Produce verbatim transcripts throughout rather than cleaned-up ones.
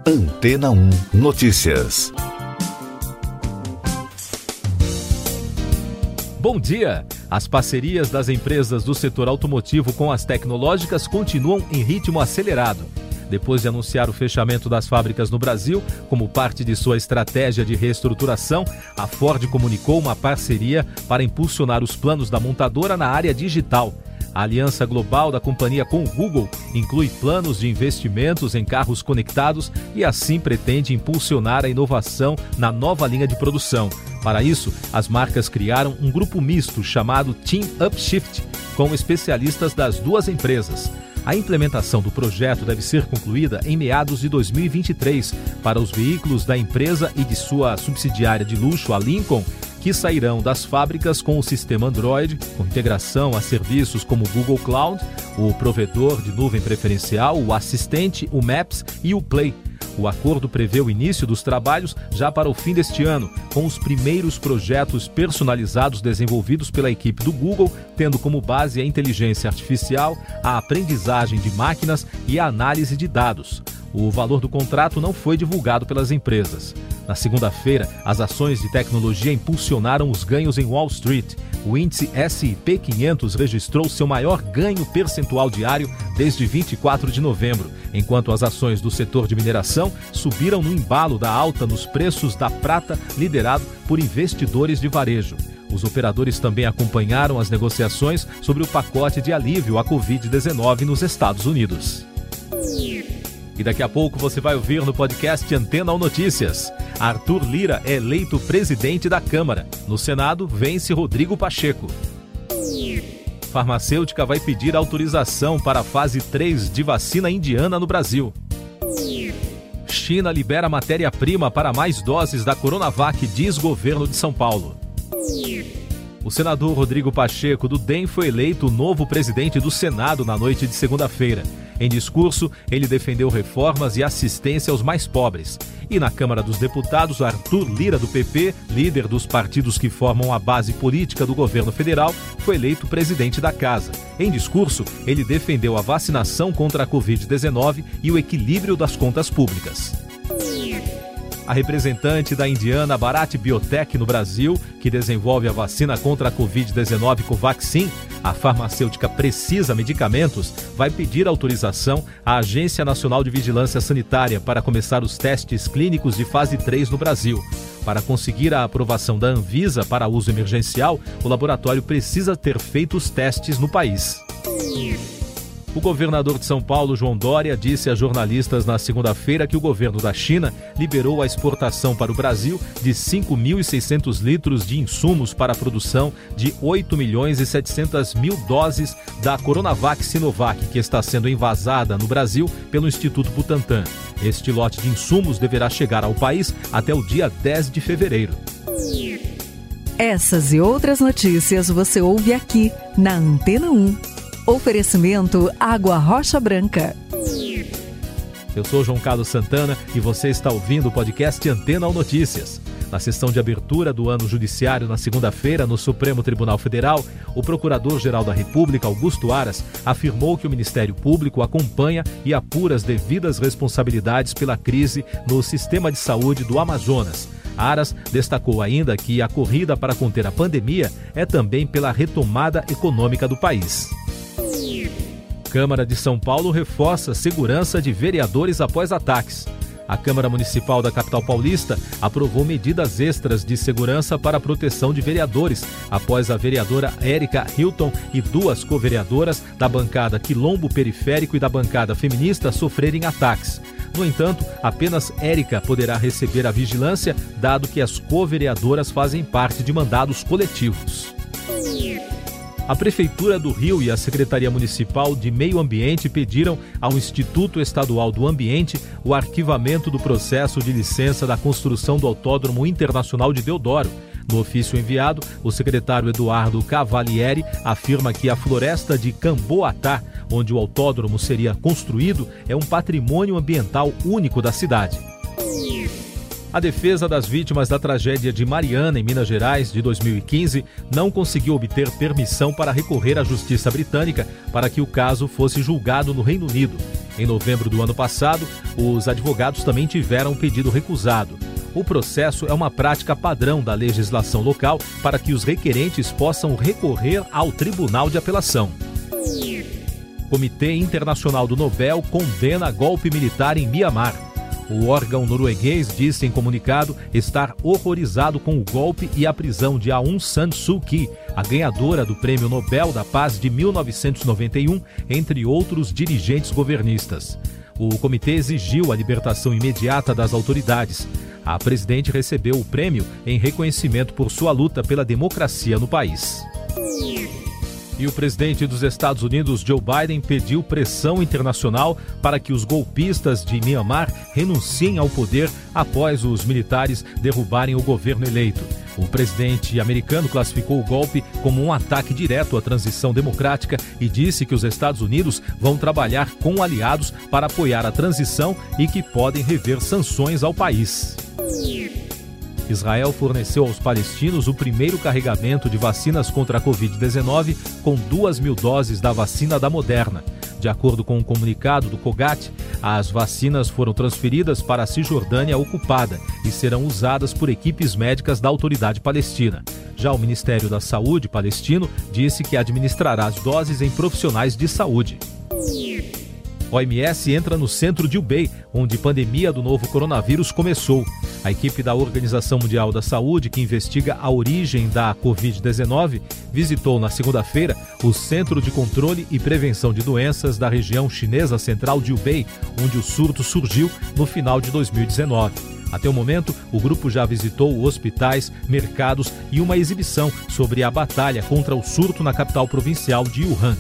Antena um Notícias. Bom dia! As parcerias das empresas do setor automotivo com as tecnológicas continuam em ritmo acelerado. Depois de anunciar o fechamento das fábricas no Brasil, como parte de sua estratégia de reestruturação, a Ford comunicou uma parceria para impulsionar os planos da montadora na área digital. A aliança global da companhia com o Google inclui planos de investimentos em carros conectados e assim pretende impulsionar a inovação na nova linha de produção. Para isso, as marcas criaram um grupo misto chamado Team Upshift, com especialistas das duas empresas. A implementação do projeto deve ser concluída em meados de dois mil e vinte e três para os veículos da empresa e de sua subsidiária de luxo, a Lincoln, que sairão das fábricas com o sistema Android, com integração a serviços como o Google Cloud, o provedor de nuvem preferencial, o assistente, o Maps e o Play. O acordo prevê o início dos trabalhos já para o fim deste ano, com os primeiros projetos personalizados desenvolvidos pela equipe do Google, tendo como base a inteligência artificial, a aprendizagem de máquinas e a análise de dados. O valor do contrato não foi divulgado pelas empresas. Na segunda-feira, as ações de tecnologia impulsionaram os ganhos em Wall Street. O índice S e P quinhentos registrou seu maior ganho percentual diário desde vinte e quatro de novembro, enquanto as ações do setor de mineração subiram no embalo da alta nos preços da prata, liderado por investidores de varejo. Os operadores também acompanharam as negociações sobre o pacote de alívio à covid dezenove nos Estados Unidos. E daqui a pouco você vai ouvir no podcast Antena um Notícias. Arthur Lira é eleito presidente da Câmara. No Senado, vence Rodrigo Pacheco. Farmacêutica vai pedir autorização para a fase três de vacina indiana no Brasil. China libera matéria-prima para mais doses da Coronavac, diz governo de São Paulo. O senador Rodrigo Pacheco, do D E M, foi eleito o novo presidente do Senado na noite de segunda-feira. Em discurso, ele defendeu reformas e assistência aos mais pobres. E na Câmara dos Deputados, Arthur Lira, do P P, líder dos partidos que formam a base política do governo federal, foi eleito presidente da Casa. Em discurso, ele defendeu a vacinação contra a covid dezenove e o equilíbrio das contas públicas. A representante da indiana Bharat Biotech no Brasil, que desenvolve a vacina contra a covid dezenove Covaxin, a farmacêutica Precisa Medicamentos, vai pedir autorização à Agência Nacional de Vigilância Sanitária para começar os testes clínicos de fase três no Brasil. Para conseguir a aprovação da Anvisa para uso emergencial, o laboratório precisa ter feito os testes no país. O governador de São Paulo, João Dória, disse a jornalistas na segunda-feira que o governo da China liberou a exportação para o Brasil de cinco mil e seiscentos litros de insumos para a produção de oito milhões e setecentas mil doses da Coronavac Sinovac, que está sendo envasada no Brasil pelo Instituto Butantan. Este lote de insumos deverá chegar ao país até o dia dez de fevereiro. Essas e outras notícias você ouve aqui na Antena um. Oferecimento Água Rocha Branca. Eu sou João Carlos Santana e você está ouvindo o podcast Antena um Notícias. Na sessão de abertura do ano judiciário na segunda-feira no Supremo Tribunal Federal, o Procurador-Geral da República, Augusto Aras, afirmou que o Ministério Público acompanha e apura as devidas responsabilidades pela crise no sistema de saúde do Amazonas. Aras destacou ainda que a corrida para conter a pandemia é também pela retomada econômica do país. Câmara de São Paulo reforça a segurança de vereadores após ataques. A Câmara Municipal da capital paulista aprovou medidas extras de segurança para a proteção de vereadores, após a vereadora Érica Hilton e duas co-vereadoras da bancada Quilombo Periférico e da bancada feminista sofrerem ataques. No entanto, apenas Érica poderá receber a vigilância, dado que as co-vereadoras fazem parte de mandados coletivos. A Prefeitura do Rio e a Secretaria Municipal de Meio Ambiente pediram ao Instituto Estadual do Ambiente o arquivamento do processo de licença da construção do Autódromo Internacional de Deodoro. No ofício enviado, o secretário Eduardo Cavalieri afirma que a floresta de Camboatá, onde o autódromo seria construído, é um patrimônio ambiental único da cidade. A defesa das vítimas da tragédia de Mariana, em Minas Gerais, de dois mil e quinze, não conseguiu obter permissão para recorrer à Justiça Britânica para que o caso fosse julgado no Reino Unido. Em novembro do ano passado, os advogados também tiveram um pedido recusado. O processo é uma prática padrão da legislação local para que os requerentes possam recorrer ao Tribunal de Apelação. Comitê Internacional do Nobel condena golpe militar em Mianmar. O órgão norueguês disse em comunicado estar horrorizado com o golpe e a prisão de Aung San Suu Kyi, a ganhadora do Prêmio Nobel da Paz de mil novecentos e noventa e um, entre outros dirigentes governistas. O comitê exigiu a libertação imediata das autoridades. A presidente recebeu o prêmio em reconhecimento por sua luta pela democracia no país. E o presidente dos Estados Unidos, Joe Biden, pediu pressão internacional para que os golpistas de Mianmar renunciem ao poder após os militares derrubarem o governo eleito. O presidente americano classificou o golpe como um ataque direto à transição democrática e disse que os Estados Unidos vão trabalhar com aliados para apoiar a transição e que podem rever sanções ao país. Israel forneceu aos palestinos o primeiro carregamento de vacinas contra a covid dezenove com duas mil doses da vacina da Moderna. De acordo com um comunicado do COGAT, as vacinas foram transferidas para a Cisjordânia ocupada e serão usadas por equipes médicas da Autoridade Palestina. Já o Ministério da Saúde palestino disse que administrará as doses em profissionais de saúde. O M S entra no centro de Hubei, onde a pandemia do novo coronavírus começou. A equipe da Organização Mundial da Saúde, que investiga a origem da covid dezenove, visitou na segunda-feira o Centro de Controle e Prevenção de Doenças da região chinesa central de Hubei, onde o surto surgiu no final de dois mil e dezenove. Até o momento, o grupo já visitou hospitais, mercados e uma exibição sobre a batalha contra o surto na capital provincial de Wuhan.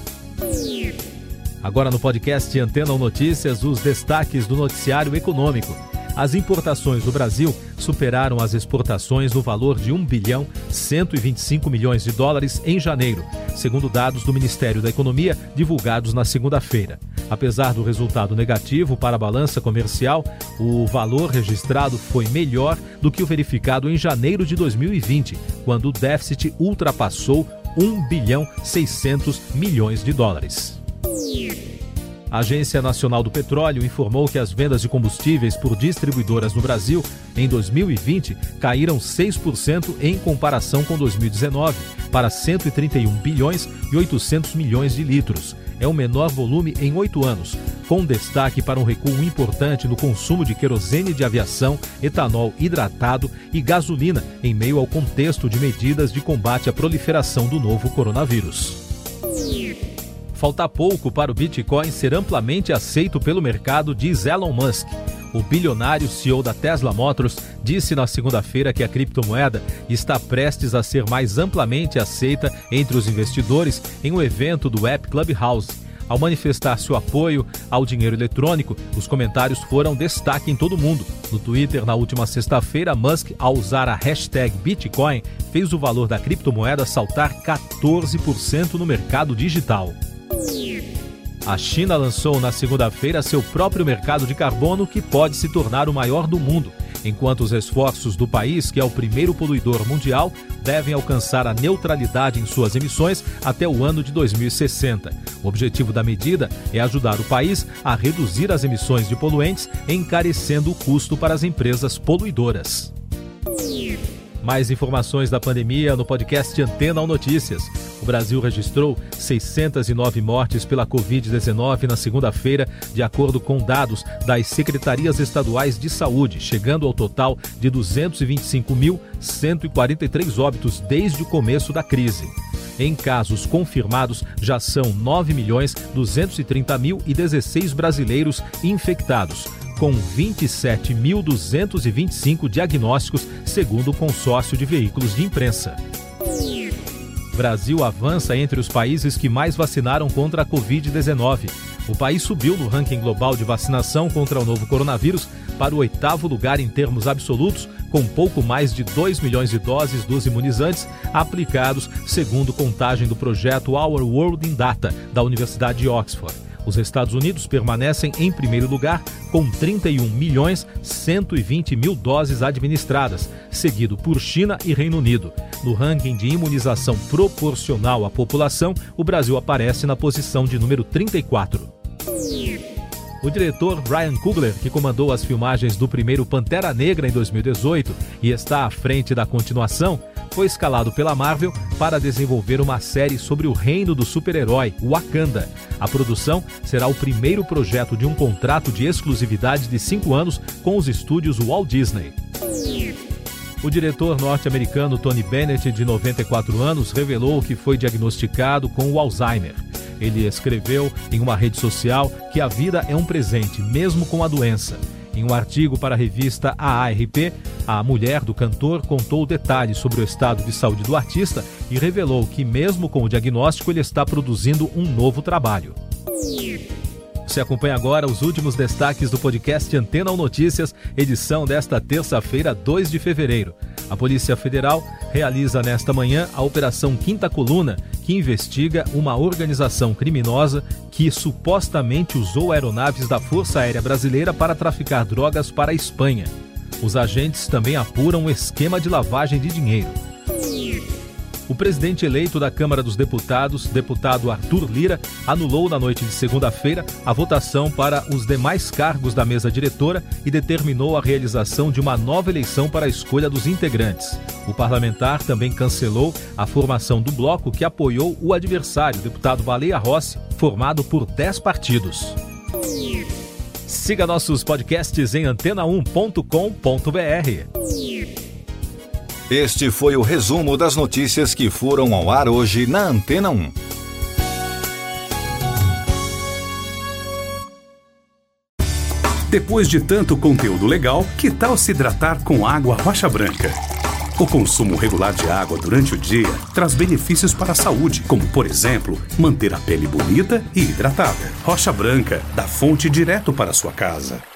Agora no podcast Antena um Notícias, os destaques do noticiário econômico. As importações do Brasil superaram as exportações no valor de um bilhão cento e vinte e cinco milhões de dólares em janeiro, segundo dados do Ministério da Economia divulgados na segunda-feira. Apesar do resultado negativo para a balança comercial, o valor registrado foi melhor do que o verificado em janeiro de dois mil e vinte, quando o déficit ultrapassou um bilhão seiscentos milhões de dólares. A Agência Nacional do Petróleo informou que as vendas de combustíveis por distribuidoras no Brasil em dois mil e vinte caíram seis por cento em comparação com dois mil e dezenove, para cento e trinta e um bilhões e oitocentos milhões de litros. É o menor volume em oito anos, com destaque para um recuo importante no consumo de querosene de aviação, etanol hidratado e gasolina, em meio ao contexto de medidas de combate à proliferação do novo coronavírus. Falta pouco para o Bitcoin ser amplamente aceito pelo mercado, diz Elon Musk. O bilionário C E O da Tesla Motors disse na segunda-feira que a criptomoeda está prestes a ser mais amplamente aceita entre os investidores em um evento do app Clubhouse. Ao manifestar seu apoio ao dinheiro eletrônico, os comentários foram destaque em todo o mundo. No Twitter, na última sexta-feira, Musk, ao usar a hashtag Bitcoin, fez o valor da criptomoeda saltar quatorze por cento no mercado digital. A China lançou na segunda-feira seu próprio mercado de carbono, que pode se tornar o maior do mundo, enquanto os esforços do país, que é o primeiro poluidor mundial, devem alcançar a neutralidade em suas emissões até o ano de dois mil e sessenta. O objetivo da medida é ajudar o país a reduzir as emissões de poluentes, encarecendo o custo para as empresas poluidoras. Mais informações da pandemia no podcast Antena um Notícias. O Brasil registrou seiscentas e nove mortes pela covid dezenove na segunda-feira, de acordo com dados das secretarias estaduais de saúde, chegando ao total de duzentos e vinte e cinco mil cento e quarenta e três óbitos desde o começo da crise. Em casos confirmados, já são nove milhões duzentos e trinta mil e dezesseis brasileiros infectados, com vinte e sete mil duzentos e vinte e cinco diagnósticos, segundo o consórcio de veículos de imprensa. O Brasil avança entre os países que mais vacinaram contra a covid dezenove. O país subiu no ranking global de vacinação contra o novo coronavírus para o oitavo lugar em termos absolutos, com pouco mais de dois milhões de doses dos imunizantes aplicados, segundo contagem do projeto Our World in Data, da Universidade de Oxford. Os Estados Unidos permanecem em primeiro lugar, com trinta e um milhões cento e vinte mil doses administradas, seguido por China e Reino Unido. No ranking de imunização proporcional à população, o Brasil aparece na posição de número trinta e quatro. O diretor Ryan Coogler, que comandou as filmagens do primeiro Pantera Negra em dois mil e dezoito e está à frente da continuação, foi escalado pela Marvel para desenvolver uma série sobre o reino do super-herói, Wakanda. A produção será o primeiro projeto de um contrato de exclusividade de cinco anos com os estúdios Walt Disney. O diretor norte-americano Tony Bennett, de noventa e quatro anos, revelou que foi diagnosticado com o Alzheimer. Ele escreveu em uma rede social que a vida é um presente, mesmo com a doença. Em um artigo para a revista A A R P, a mulher do cantor contou detalhes sobre o estado de saúde do artista e revelou que, mesmo com o diagnóstico, ele está produzindo um novo trabalho. Você acompanha agora os últimos destaques do podcast Antena um Notícias, edição desta terça-feira, dois de fevereiro. A Polícia Federal realiza nesta manhã a Operação Quinta Coluna, que investiga uma organização criminosa que supostamente usou aeronaves da Força Aérea Brasileira para traficar drogas para a Espanha. Os agentes também apuram um esquema de lavagem de dinheiro. O presidente eleito da Câmara dos Deputados, deputado Arthur Lira, anulou na noite de segunda-feira a votação para os demais cargos da mesa diretora e determinou a realização de uma nova eleição para a escolha dos integrantes. O parlamentar também cancelou a formação do bloco que apoiou o adversário, deputado Baleia Rossi, formado por dez partidos. Siga nossos podcasts em antena um ponto com ponto b r. Este foi o resumo das notícias que foram ao ar hoje na Antena um. Depois de tanto conteúdo legal, que tal se hidratar com água Rocha Branca? O consumo regular de água durante o dia traz benefícios para a saúde, como, por exemplo, manter a pele bonita e hidratada. Rocha Branca, da fonte direto para a sua casa.